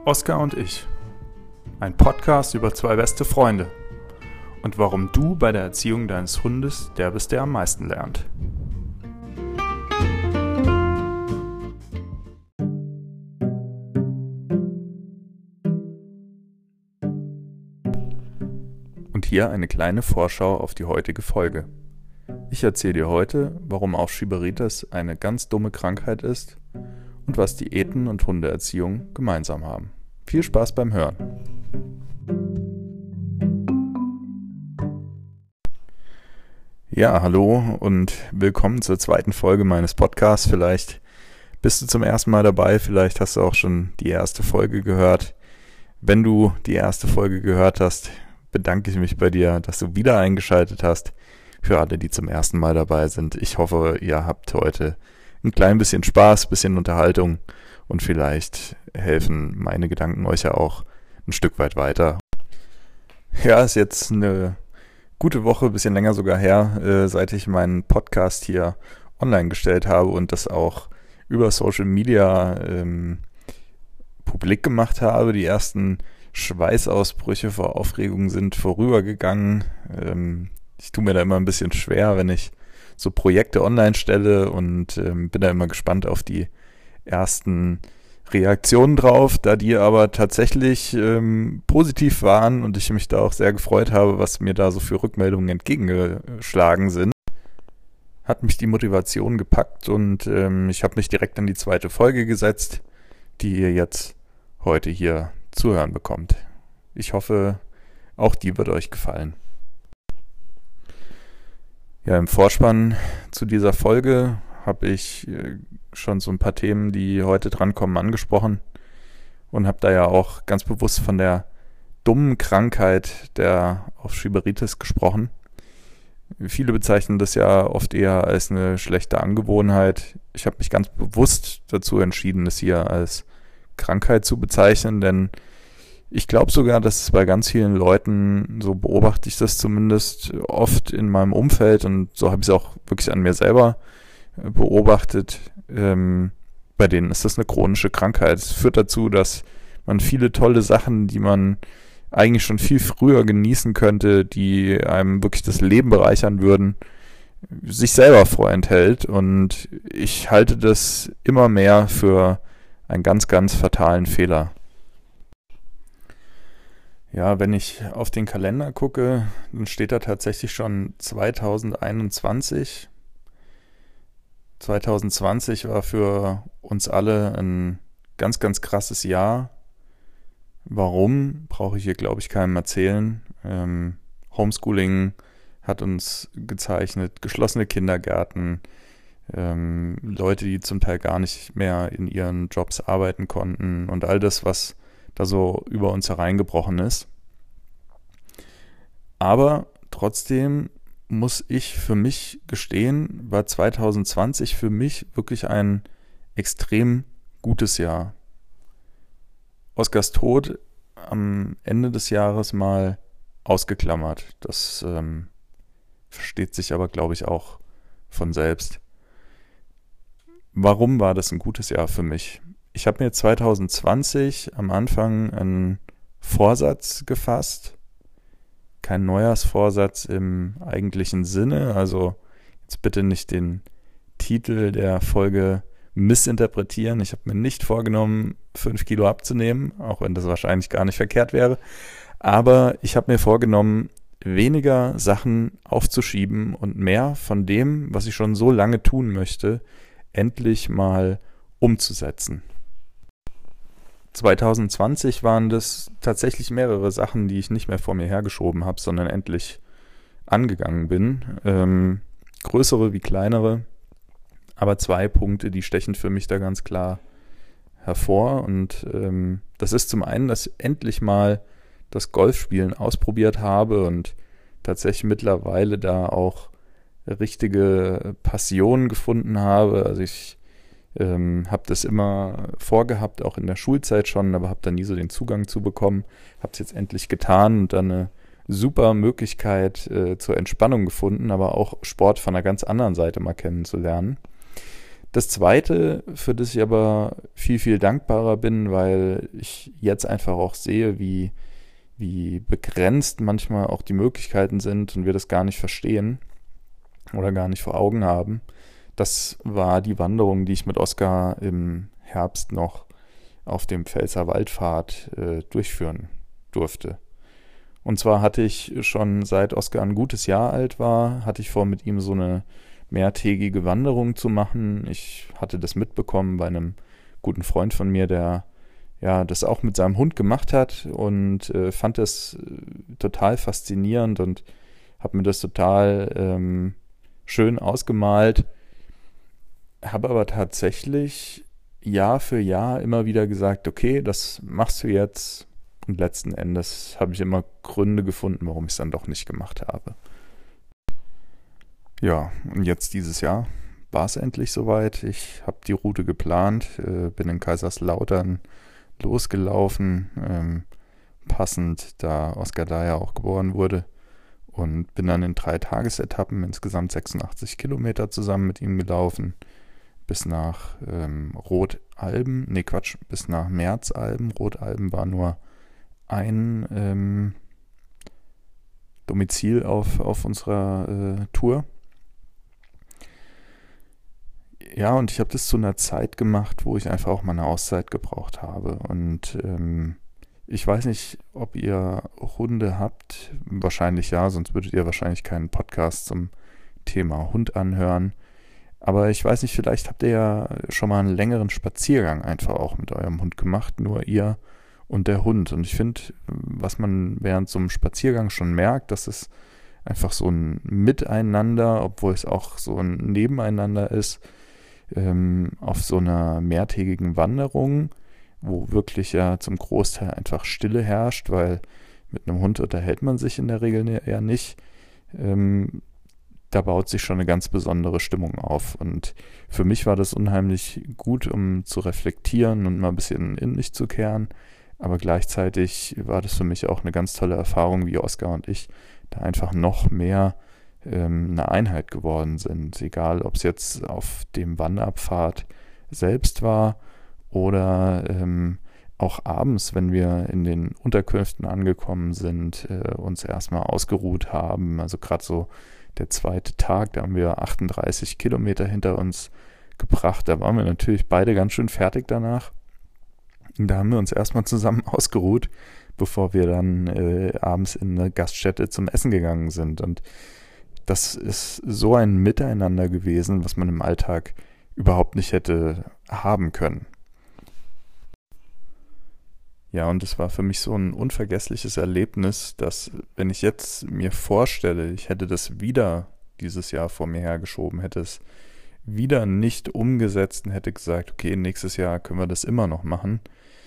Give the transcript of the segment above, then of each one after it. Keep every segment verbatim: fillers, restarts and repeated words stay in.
Oskar und ich. Ein Podcast über zwei beste Freunde. Und warum du bei der Erziehung deines Hundes der bist, der am meisten lernt. Und hier eine kleine Vorschau auf die heutige Folge. Ich erzähle dir heute, warum Aufschieberitis eine ganz dumme Krankheit ist und was Diäten und Hundeerziehung gemeinsam haben. Viel Spaß beim Hören. Ja, hallo und willkommen zur zweiten Folge meines Podcasts. Vielleicht bist du zum ersten Mal dabei, vielleicht hast du auch schon die erste Folge gehört. Wenn du die erste Folge gehört hast, bedanke ich mich bei dir, dass du wieder eingeschaltet hast. Für alle, die zum ersten Mal dabei sind, ich hoffe, ihr habt heute ein klein bisschen Spaß, ein bisschen Unterhaltung und vielleicht helfen meine Gedanken euch ja auch ein Stück weit weiter. Ja, ist jetzt eine gute Woche, ein bisschen länger sogar her, äh, seit ich meinen Podcast hier online gestellt habe und das auch über Social Media ähm, publik gemacht habe. Die ersten Schweißausbrüche vor Aufregung sind vorübergegangen. Ähm, ich tue mir da immer ein bisschen schwer, wenn ich so Projekte online stelle und ähm, bin da immer gespannt auf die ersten Reaktionen drauf, da die aber tatsächlich ähm, positiv waren und ich mich da auch sehr gefreut habe, was mir da so für Rückmeldungen entgegengeschlagen sind, hat mich die Motivation gepackt und ähm, ich habe mich direkt an die zweite Folge gesetzt, die ihr jetzt heute hier zu hören bekommt. Ich hoffe, auch die wird euch gefallen. Ja, im Vorspann zu dieser Folge habe ich schon so ein paar Themen, die heute drankommen, angesprochen und habe da ja auch ganz bewusst von der dummen Krankheit der Aufschieberitis gesprochen. Viele bezeichnen das ja oft eher als eine schlechte Angewohnheit. Ich habe mich ganz bewusst dazu entschieden, es hier als Krankheit zu bezeichnen, denn ich glaube sogar, dass es bei ganz vielen Leuten, so beobachte ich das zumindest oft in meinem Umfeld und so habe ich es auch wirklich an mir selber beobachtet, ähm, bei denen ist das eine chronische Krankheit. Es führt dazu, dass man viele tolle Sachen, die man eigentlich schon viel früher genießen könnte, die einem wirklich das Leben bereichern würden, sich selber vorenthält und ich halte das immer mehr für einen ganz, ganz fatalen Fehler. Ja, wenn ich auf den Kalender gucke, dann steht da tatsächlich schon zweitausendeinundzwanzig. zweitausendzwanzig war für uns alle ein ganz, ganz krasses Jahr. Warum, brauche ich hier, glaube ich, keinem erzählen. Ähm, Homeschooling hat uns gezeichnet, geschlossene Kindergärten, ähm, Leute, die zum Teil gar nicht mehr in ihren Jobs arbeiten konnten und all das, was da so über uns hereingebrochen ist. Aber trotzdem muss ich für mich gestehen, war zweitausendzwanzig für mich wirklich ein extrem gutes Jahr. Oskars Tod am Ende des Jahres mal ausgeklammert. Das ähm, versteht sich aber, glaube ich, auch von selbst. Warum war das ein gutes Jahr für mich? Ich habe mir zweitausendzwanzig am Anfang einen Vorsatz gefasst. Kein Neujahrsvorsatz im eigentlichen Sinne. Also jetzt bitte nicht den Titel der Folge missinterpretieren. Ich habe mir nicht vorgenommen, fünf Kilo abzunehmen, auch wenn das wahrscheinlich gar nicht verkehrt wäre. Aber ich habe mir vorgenommen, weniger Sachen aufzuschieben und mehr von dem, was ich schon so lange tun möchte, endlich mal umzusetzen. zweitausendzwanzig waren das tatsächlich mehrere Sachen, die ich nicht mehr vor mir hergeschoben habe, sondern endlich angegangen bin. Ähm, größere wie kleinere, aber zwei Punkte, die stechen für mich da ganz klar hervor. Und ähm, das ist zum einen, dass ich endlich mal das Golfspielen ausprobiert habe und tatsächlich mittlerweile da auch richtige Passion gefunden habe. Also ich Ähm, habe das immer vorgehabt, auch in der Schulzeit schon, aber habe da nie so den Zugang zu bekommen. Habe es jetzt endlich getan und dann eine super Möglichkeit äh, zur Entspannung gefunden, aber auch Sport von einer ganz anderen Seite mal kennenzulernen. Das Zweite, für das ich aber viel, viel dankbarer bin, weil ich jetzt einfach auch sehe, wie, wie begrenzt manchmal auch die Möglichkeiten sind und wir das gar nicht verstehen oder gar nicht vor Augen haben. Das war die Wanderung, die ich mit Oskar im Herbst noch auf dem Pfälzer Waldpfad äh, durchführen durfte. Und zwar hatte ich schon, seit Oskar ein gutes Jahr alt war, hatte ich vor, mit ihm so eine mehrtägige Wanderung zu machen. Ich hatte das mitbekommen bei einem guten Freund von mir, der ja das auch mit seinem Hund gemacht hat und äh, fand das äh, total faszinierend und habe mir das total ähm, schön ausgemalt. Habe aber tatsächlich Jahr für Jahr immer wieder gesagt, okay, das machst du jetzt. Und letzten Endes habe ich immer Gründe gefunden, warum ich es dann doch nicht gemacht habe. Ja, und jetzt dieses Jahr war es endlich soweit. Ich habe die Route geplant, äh, bin in Kaiserslautern losgelaufen, ähm, passend, da Oskar da ja auch geboren wurde. Und bin dann in drei Tagesetappen, insgesamt sechsundachtzig Kilometer zusammen mit ihm gelaufen. Bis nach ähm, Rotalben, nee Quatsch, bis nach Merzalben. Rotalben war nur ein ähm, Domizil auf, auf unserer äh, Tour. Ja, und ich habe das zu einer Zeit gemacht, wo ich einfach auch mal eine Auszeit gebraucht habe. Und ähm, ich weiß nicht, ob ihr Hunde habt. Wahrscheinlich ja, sonst würdet ihr wahrscheinlich keinen Podcast zum Thema Hund anhören. Aber ich weiß nicht, vielleicht habt ihr ja schon mal einen längeren Spaziergang einfach auch mit eurem Hund gemacht, nur ihr und der Hund. Und ich finde, was man während so einem Spaziergang schon merkt, dass es einfach so ein Miteinander, obwohl es auch so ein Nebeneinander ist, ähm, auf so einer mehrtägigen Wanderung, wo wirklich ja zum Großteil einfach Stille herrscht, weil mit einem Hund unterhält man sich in der Regel eher nicht. Ähm, da baut sich schon eine ganz besondere Stimmung auf. Und für mich war das unheimlich gut, um zu reflektieren und mal ein bisschen in mich zu kehren. Aber gleichzeitig war das für mich auch eine ganz tolle Erfahrung, wie Oskar und ich da einfach noch mehr ähm, eine Einheit geworden sind. Egal, ob es jetzt auf dem Wanderpfad selbst war oder ähm, auch abends, wenn wir in den Unterkünften angekommen sind, äh, uns erstmal ausgeruht haben. Also gerade so der zweite Tag, da haben wir achtunddreißig Kilometer hinter uns gebracht. Da waren wir natürlich beide ganz schön fertig danach. Und da haben wir uns erstmal zusammen ausgeruht, bevor wir dann äh, abends in eine Gaststätte zum Essen gegangen sind. Und das ist so ein Miteinander gewesen, was man im Alltag überhaupt nicht hätte haben können. Ja, und es war für mich so ein unvergessliches Erlebnis, dass, wenn ich jetzt mir vorstelle, ich hätte das wieder dieses Jahr vor mir hergeschoben, hätte es wieder nicht umgesetzt und hätte gesagt, okay, nächstes Jahr können wir das immer noch machen.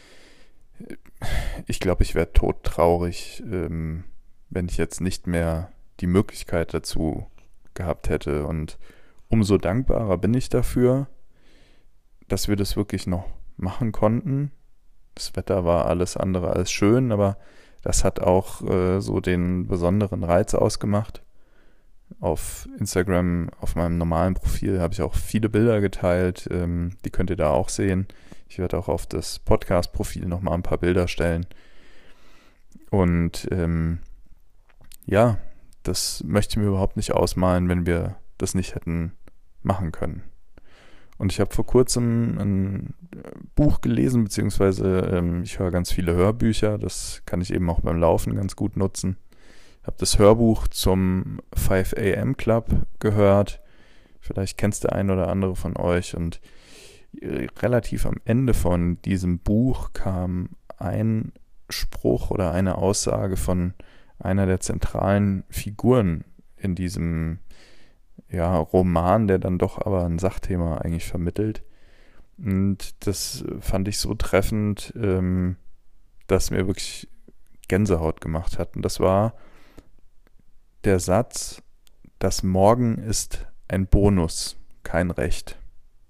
Ich glaube, ich wäre todtraurig, ähm, wenn ich jetzt nicht mehr die Möglichkeit dazu gehabt hätte. Und umso dankbarer bin ich dafür, dass wir das wirklich noch machen konnten. Das Wetter war alles andere als schön, aber das hat auch äh, so den besonderen Reiz ausgemacht. Auf Instagram, auf meinem normalen Profil, habe ich auch viele Bilder geteilt. Ähm, die könnt ihr da auch sehen. Ich werde auch auf das Podcast-Profil nochmal ein paar Bilder stellen. Und ähm, ja, das möchte ich mir überhaupt nicht ausmalen, wenn wir das nicht hätten machen können. Und ich habe vor kurzem ein Buch gelesen, beziehungsweise ähm, ich höre ganz viele Hörbücher. Das kann ich eben auch beim Laufen ganz gut nutzen. Ich habe das Hörbuch zum five a m Club gehört. Vielleicht kennst der ein oder andere von euch. Und relativ am Ende von diesem Buch kam ein Spruch oder eine Aussage von einer der zentralen Figuren in diesem ja, Roman, der dann doch aber ein Sachthema eigentlich vermittelt. Und das fand ich so treffend, ähm, dass mir wirklich Gänsehaut gemacht hat. Und das war der Satz, das Morgen ist ein Bonus, kein Recht.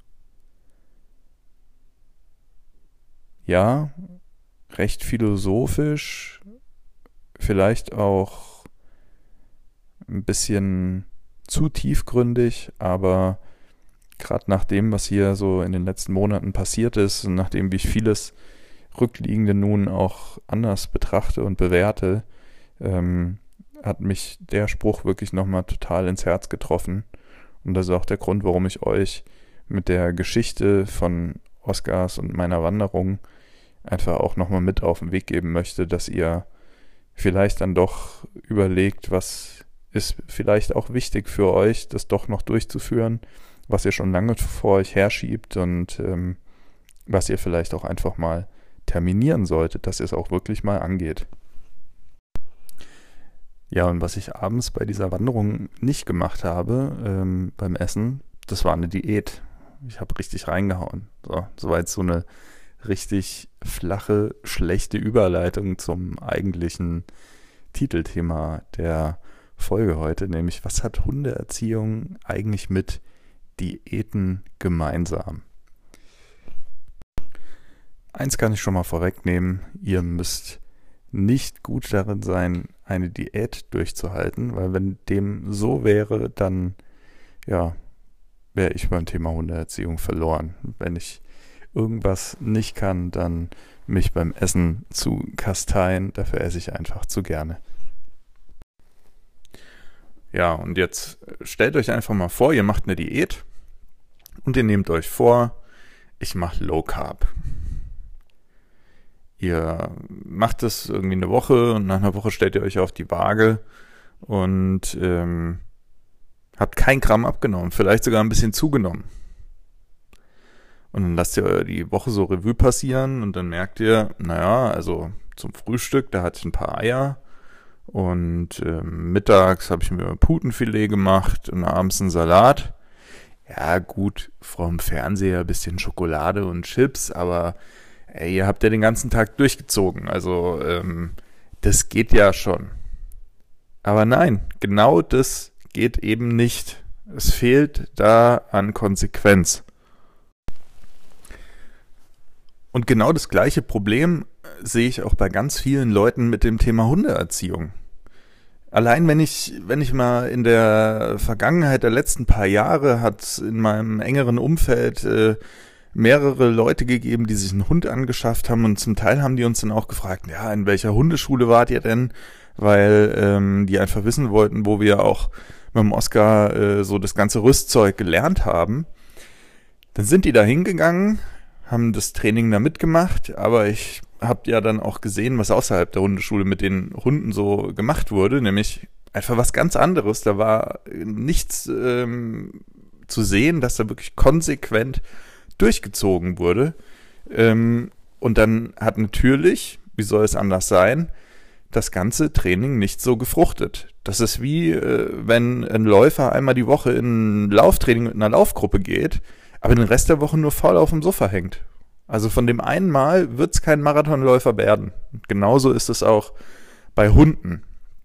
Ja, recht philosophisch, vielleicht auch ein bisschen zu tiefgründig, aber gerade nach dem, was hier so in den letzten Monaten passiert ist und nachdem, wie ich vieles Rückliegende nun auch anders betrachte und bewerte, ähm, hat mich der Spruch wirklich nochmal total ins Herz getroffen. Und das ist auch der Grund, warum ich euch mit der Geschichte von Oscars und meiner Wanderung einfach auch nochmal mit auf den Weg geben möchte, dass ihr vielleicht dann doch überlegt, was ist vielleicht auch wichtig für euch, das doch noch durchzuführen, was ihr schon lange vor euch herschiebt und ähm, was ihr vielleicht auch einfach mal terminieren solltet, dass ihr es auch wirklich mal angeht. Ja, und was ich abends bei dieser Wanderung nicht gemacht habe, ähm, beim Essen, das war eine Diät. Ich habe richtig reingehauen. So, das war jetzt so eine richtig flache, schlechte Überleitung zum eigentlichen Titelthema der Folge heute, nämlich was hat Hundeerziehung eigentlich mit Diäten gemeinsam? Eins kann ich schon mal vorwegnehmen, ihr müsst nicht gut darin sein, eine Diät durchzuhalten, weil wenn dem so wäre, dann ja, wäre ich beim Thema Hundeerziehung verloren. Wenn ich irgendwas nicht kann, dann mich beim Essen zu kasteien, dafür esse ich einfach zu gerne. Ja, und jetzt stellt euch einfach mal vor, ihr macht eine Diät und ihr nehmt euch vor, ich mache Low Carb. Ihr macht das irgendwie eine Woche und nach einer Woche stellt ihr euch auf die Waage und ähm, habt kein Gramm abgenommen, vielleicht sogar ein bisschen zugenommen. Und dann lasst ihr die Woche so Revue passieren und dann merkt ihr, naja, also zum Frühstück, da hatte ich ein paar Eier und ähm, mittags habe ich mir Putenfilet gemacht und abends einen Salat. Ja gut, vorm Fernseher ein bisschen Schokolade und Chips, aber ey, ihr habt ja den ganzen Tag durchgezogen, also ähm, das geht ja schon. Aber nein, genau das geht eben nicht. Es fehlt da an Konsequenz. Und genau das gleiche Problem sehe ich auch bei ganz vielen Leuten mit dem Thema Hundeerziehung. Allein wenn ich, wenn ich mal in der Vergangenheit der letzten paar Jahre hat es in meinem engeren Umfeld äh, mehrere Leute gegeben, die sich einen Hund angeschafft haben und zum Teil haben die uns dann auch gefragt, ja, in welcher Hundeschule wart ihr denn? Weil ähm, die einfach wissen wollten, wo wir auch mit dem Oscar äh, so das ganze Rüstzeug gelernt haben. Dann sind die da hingegangen, haben das Training da mitgemacht, aber ich habe ja dann auch gesehen, was außerhalb der Hundeschule mit den Hunden so gemacht wurde, nämlich einfach was ganz anderes. Da war nichts ähm, zu sehen, dass da wirklich konsequent durchgezogen wurde. Ähm, und dann hat natürlich, wie soll es anders sein, das ganze Training nicht so gefruchtet. Das ist wie, äh, wenn ein Läufer einmal die Woche in ein Lauftraining mit einer Laufgruppe geht, aber den Rest der Woche nur faul auf dem Sofa hängt. Also von dem einen Mal wird es kein Marathonläufer werden. Und genauso ist es auch bei Hunden.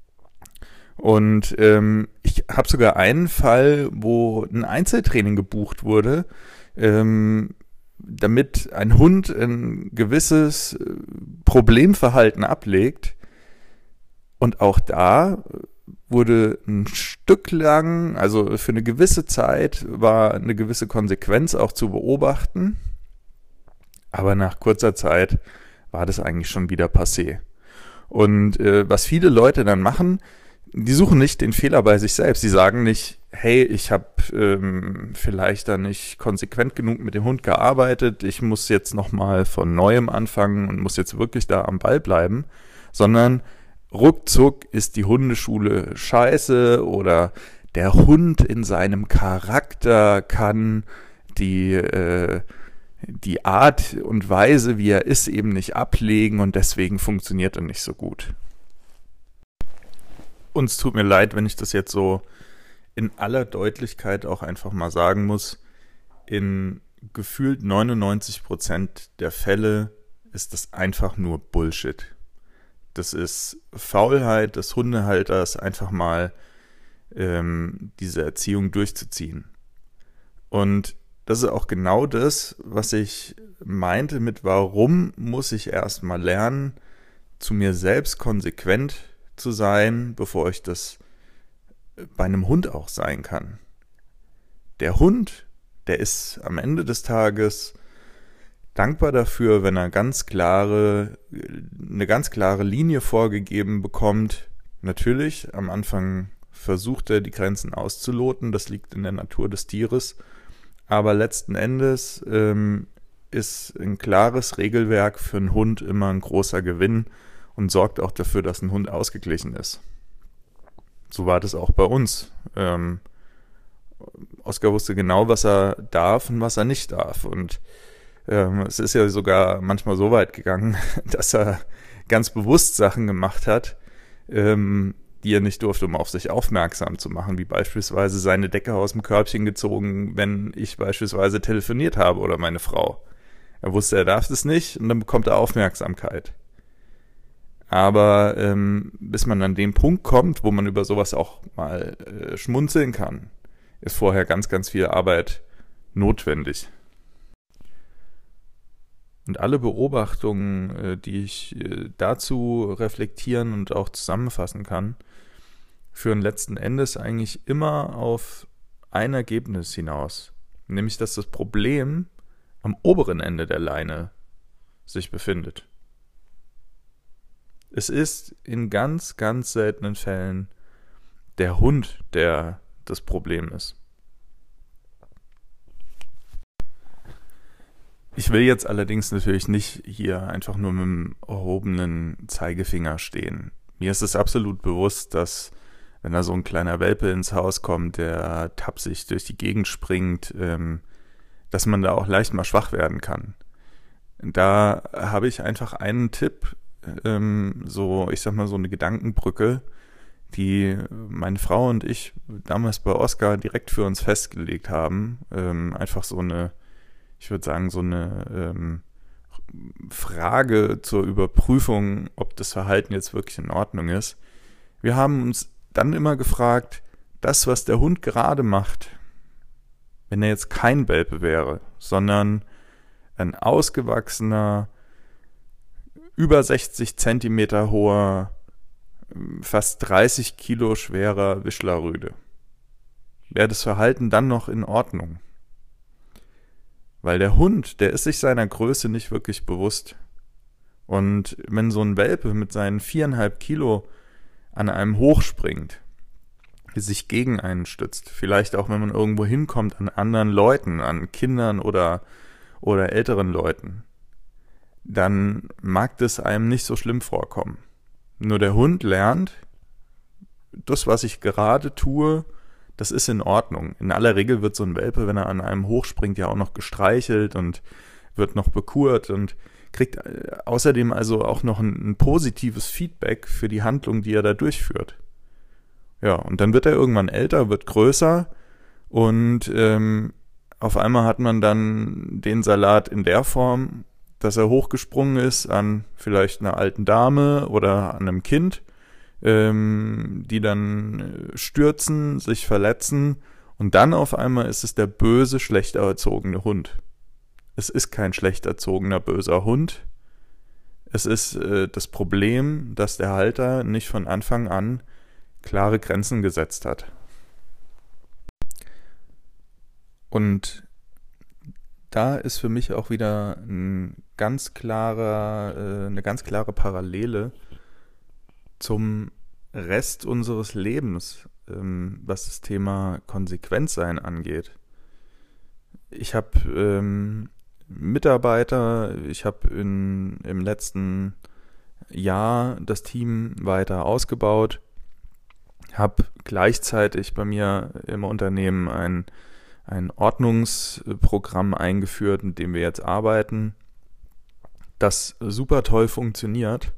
Und ähm, ich habe sogar einen Fall, wo ein Einzeltraining gebucht wurde, ähm, damit ein Hund ein gewisses Problemverhalten ablegt. Und auch da wurde ein Stück lang, also für eine gewisse Zeit, war eine gewisse Konsequenz auch zu beobachten. Aber nach kurzer Zeit war das eigentlich schon wieder passé. Und äh, was viele Leute dann machen, die suchen nicht den Fehler bei sich selbst. Die sagen nicht, hey, ich habe ähm, vielleicht da nicht konsequent genug mit dem Hund gearbeitet, ich muss jetzt nochmal von Neuem anfangen und muss jetzt wirklich da am Ball bleiben, sondern ruckzuck ist die Hundeschule scheiße oder der Hund in seinem Charakter kann die äh, die Art und Weise, wie er ist, eben nicht ablegen und deswegen funktioniert er nicht so gut. Uns tut mir leid, wenn ich das jetzt so in aller Deutlichkeit auch einfach mal sagen muss. In gefühlt neunundneunzig Prozent der Fälle ist das einfach nur Bullshit. Das ist Faulheit des Hundehalters, einfach mal ähm, diese Erziehung durchzuziehen. Und das ist auch genau das, was ich meinte mit, warum muss ich erstmal lernen, zu mir selbst konsequent zu sein, bevor ich das bei einem Hund auch sein kann. Der Hund, der ist am Ende des Tages dankbar dafür, wenn er ganz klare, eine ganz klare Linie vorgegeben bekommt. Natürlich, am Anfang versucht er, die Grenzen auszuloten, das liegt in der Natur des Tieres, aber letzten Endes ähm, ist ein klares Regelwerk für einen Hund immer ein großer Gewinn und sorgt auch dafür, dass ein Hund ausgeglichen ist. So war das auch bei uns. Ähm, Oskar wusste genau, was er darf und was er nicht darf. Und ähm, es ist ja sogar manchmal so weit gegangen, dass er ganz bewusst Sachen gemacht hat, ähm, die er nicht durfte, um auf sich aufmerksam zu machen, wie beispielsweise seine Decke aus dem Körbchen gezogen, wenn ich beispielsweise telefoniert habe oder meine Frau. Er wusste, er darf es nicht und dann bekommt er Aufmerksamkeit. Aber ähm, bis man an den Punkt kommt, wo man über sowas auch mal äh, schmunzeln kann, ist vorher ganz, ganz viel Arbeit notwendig. Und alle Beobachtungen, äh, die ich äh, dazu reflektieren und auch zusammenfassen kann, führen letzten Endes eigentlich immer auf ein Ergebnis hinaus. Nämlich, dass das Problem am oberen Ende der Leine sich befindet. Es ist in ganz, ganz seltenen Fällen der Hund, der das Problem ist. Ich will jetzt allerdings natürlich nicht hier einfach nur mit dem erhobenen Zeigefinger stehen. Mir ist es absolut bewusst, dass wenn da so ein kleiner Welpe ins Haus kommt, der tapsig durch die Gegend springt, ähm, dass man da auch leicht mal schwach werden kann. Da habe ich einfach einen Tipp, ähm, so, ich sag mal, so eine Gedankenbrücke, die meine Frau und ich damals bei Oskar direkt für uns festgelegt haben. Ähm, einfach so eine, ich würde sagen, so eine ähm, Frage zur Überprüfung, ob das Verhalten jetzt wirklich in Ordnung ist. Wir haben uns dann immer gefragt, das, was der Hund gerade macht, wenn er jetzt kein Welpe wäre, sondern ein ausgewachsener, über sechzig Zentimeter hoher, fast dreißig Kilo schwerer Wischlerrüde, wäre das Verhalten dann noch in Ordnung? Weil der Hund, der ist sich seiner Größe nicht wirklich bewusst. Und wenn so ein Welpe mit seinen viereinhalb Kilo an einem hochspringt, sich gegen einen stützt, vielleicht auch wenn man irgendwo hinkommt an anderen Leuten, an Kindern oder, oder älteren Leuten, dann mag das einem nicht so schlimm vorkommen. Nur der Hund lernt, das, was ich gerade tue, das ist in Ordnung. In aller Regel wird so ein Welpe, wenn er an einem hochspringt, ja auch noch gestreichelt und wird noch bekurt und kriegt außerdem also auch noch ein, ein positives Feedback für die Handlung, die er da durchführt. Ja, und dann wird er irgendwann älter, wird größer und ähm, auf einmal hat man dann den Salat in der Form, dass er hochgesprungen ist an vielleicht einer alten Dame oder an einem Kind, ähm, die dann stürzen, sich verletzen und dann auf einmal ist es der böse, schlecht erzogene Hund. Es ist kein schlecht erzogener, böser Hund. Es ist äh, das Problem, dass der Halter nicht von Anfang an klare Grenzen gesetzt hat. Und da ist für mich auch wieder ein ganz klarer, äh, eine ganz klare Parallele zum Rest unseres Lebens, ähm, was das Thema Konsequenzsein angeht. Ich habe ähm, Mitarbeiter, ich habe im letzten Jahr das Team weiter ausgebaut, habe gleichzeitig bei mir im Unternehmen ein, ein Ordnungsprogramm eingeführt, mit dem wir jetzt arbeiten, das super toll funktioniert.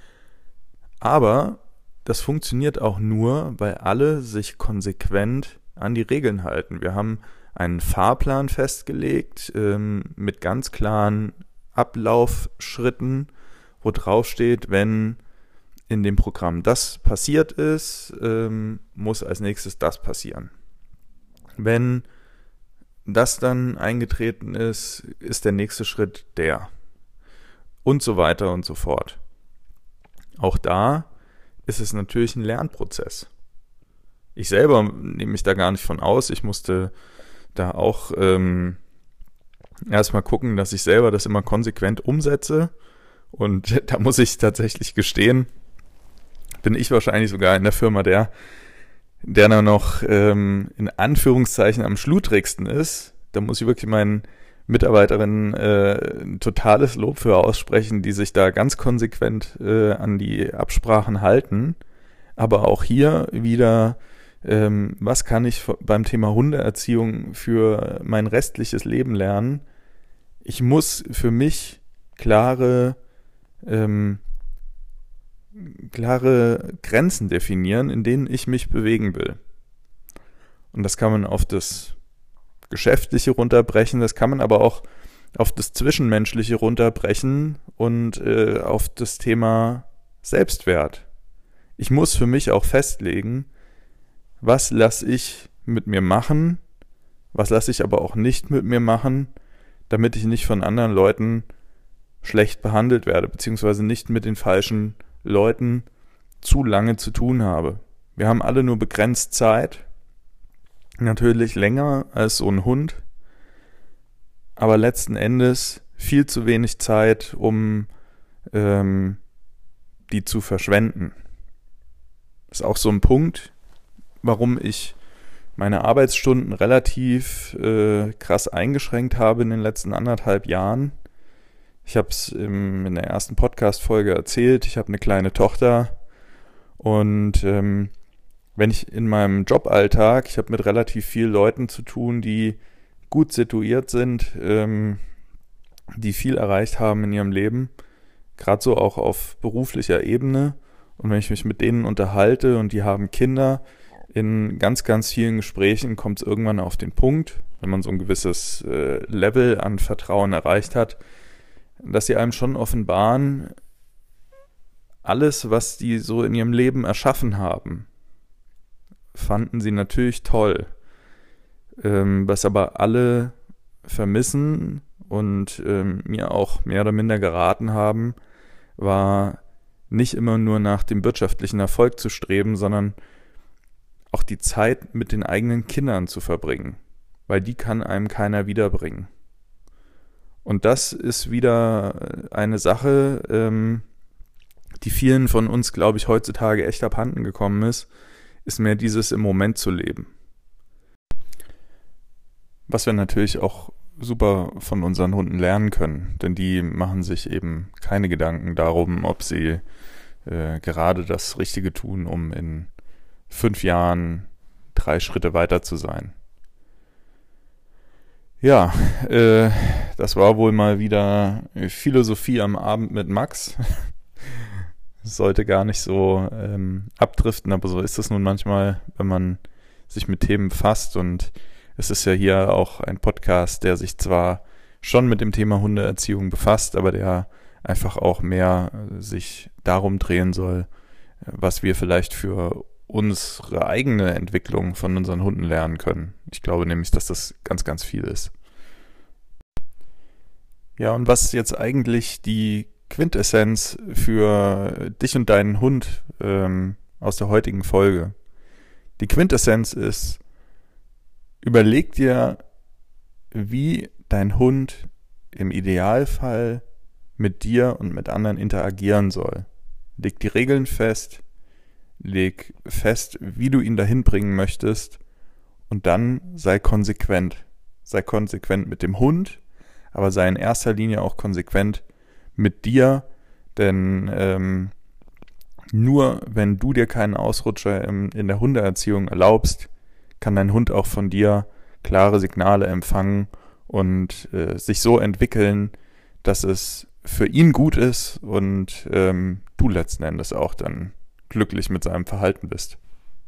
Aber das funktioniert auch nur, weil alle sich konsequent an die Regeln halten. Wir haben einen Fahrplan festgelegt ähm, mit ganz klaren Ablaufschritten, wo drauf steht, wenn in dem Programm das passiert ist, ähm, muss als nächstes das passieren. Wenn das dann eingetreten ist, ist der nächste Schritt der. Und so weiter und so fort. Auch da ist es natürlich ein Lernprozess. Ich selber nehme mich da gar nicht von aus. Ich musste da auch ähm, erstmal gucken, dass ich selber das immer konsequent umsetze. Und da muss ich tatsächlich gestehen, bin ich wahrscheinlich sogar in der Firma der, der da noch ähm, in Anführungszeichen am schludrigsten ist. Da muss ich wirklich meinen Mitarbeiterinnen äh, ein totales Lob für aussprechen, die sich da ganz konsequent äh, an die Absprachen halten. Aber auch hier wieder, ähm, was kann ich beim Thema Hundeerziehung für mein restliches Leben lernen? Ich muss für mich klare, ähm, klare Grenzen definieren, in denen ich mich bewegen will. Und das kann man auf das Geschäftliche runterbrechen, das kann man aber auch auf das Zwischenmenschliche runterbrechen und äh, auf das Thema Selbstwert. Ich muss für mich auch festlegen, was lasse ich mit mir machen, was lasse ich aber auch nicht mit mir machen, damit ich nicht von anderen Leuten schlecht behandelt werde, beziehungsweise nicht mit den falschen Leuten zu lange zu tun habe. Wir haben alle nur begrenzt Zeit, natürlich länger als so ein Hund, aber letzten Endes viel zu wenig Zeit, um ähm, die zu verschwenden. Das ist auch so ein Punkt, warum ich meine Arbeitsstunden relativ äh, krass eingeschränkt habe in den letzten anderthalb Jahren. Ich habe es in der ersten Podcast-Folge erzählt, ich habe eine kleine Tochter und ähm, wenn ich in meinem Joballtag, ich habe mit relativ vielen Leuten zu tun, die gut situiert sind, ähm, die viel erreicht haben in ihrem Leben, gerade so auch auf beruflicher Ebene. Und wenn ich mich mit denen unterhalte und die haben Kinder, in ganz, ganz vielen Gesprächen kommt es irgendwann auf den Punkt, wenn man so ein gewisses äh, Level an Vertrauen erreicht hat, dass sie einem schon offenbaren, alles, was die so in ihrem Leben erschaffen haben, fanden sie natürlich toll. Ähm, was aber alle vermissen und ähm, mir auch mehr oder minder geraten haben, war nicht immer nur nach dem wirtschaftlichen Erfolg zu streben, sondern auch die Zeit mit den eigenen Kindern zu verbringen, weil die kann einem keiner wiederbringen. Und das ist wieder eine Sache, ähm, die vielen von uns, glaube ich, heutzutage echt abhanden gekommen ist, ist mehr dieses im Moment zu leben. Was wir natürlich auch super von unseren Hunden lernen können, denn die machen sich eben keine Gedanken darum, ob sie äh, gerade das Richtige tun, um in fünf Jahren drei Schritte weiter zu sein. Ja, äh, das war wohl mal wieder Philosophie am Abend mit Max. Sollte gar nicht so ähm, abdriften, aber so ist es nun manchmal, wenn man sich mit Themen befasst. Und es ist ja hier auch ein Podcast, der sich zwar schon mit dem Thema Hundeerziehung befasst, aber der einfach auch mehr äh, sich darum drehen soll, was wir vielleicht für unsere eigene Entwicklung von unseren Hunden lernen können. Ich glaube nämlich, dass das ganz, ganz viel ist. Ja, und was jetzt eigentlich die Quintessenz für dich und deinen Hund ähm, aus der heutigen Folge? Die Quintessenz ist, überleg dir, wie dein Hund im Idealfall mit dir und mit anderen interagieren soll. Leg die Regeln fest, leg fest, wie du ihn dahin bringen möchtest und dann sei konsequent. Sei konsequent mit dem Hund, aber sei in erster Linie auch konsequent mit dir, denn ähm, nur wenn du dir keinen Ausrutscher im, in der Hundeerziehung erlaubst, kann dein Hund auch von dir klare Signale empfangen und äh, sich so entwickeln, dass es für ihn gut ist und ähm, du letzten Endes auch dann glücklich mit seinem Verhalten bist.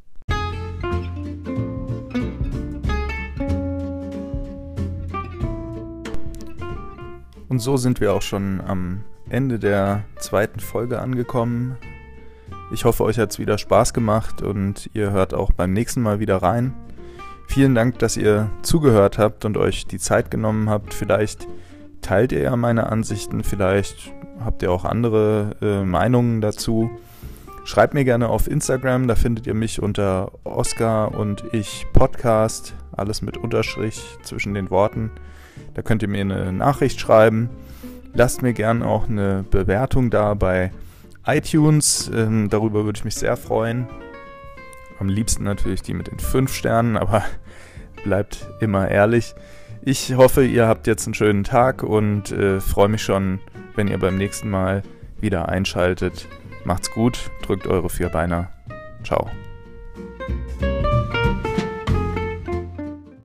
Und so sind wir auch schon am Ende der zweiten Folge angekommen. Ich hoffe, euch hat es wieder Spaß gemacht und ihr hört auch beim nächsten Mal wieder rein. Vielen Dank, dass ihr zugehört habt und euch die Zeit genommen habt. Vielleicht teilt ihr ja meine Ansichten, vielleicht habt ihr auch andere äh, Meinungen dazu. Schreibt mir gerne auf Instagram, da findet ihr mich unter Oskar und ich Podcast, alles mit Unterstrich zwischen den Worten. Da könnt ihr mir eine Nachricht schreiben. Lasst mir gerne auch eine Bewertung da bei iTunes. Ähm, darüber würde ich mich sehr freuen. Am liebsten natürlich die mit den fünf Sternen, aber bleibt immer ehrlich. Ich hoffe, ihr habt jetzt einen schönen Tag und äh, freue mich schon, wenn ihr beim nächsten Mal wieder einschaltet. Macht's gut, drückt eure Vierbeiner. Ciao.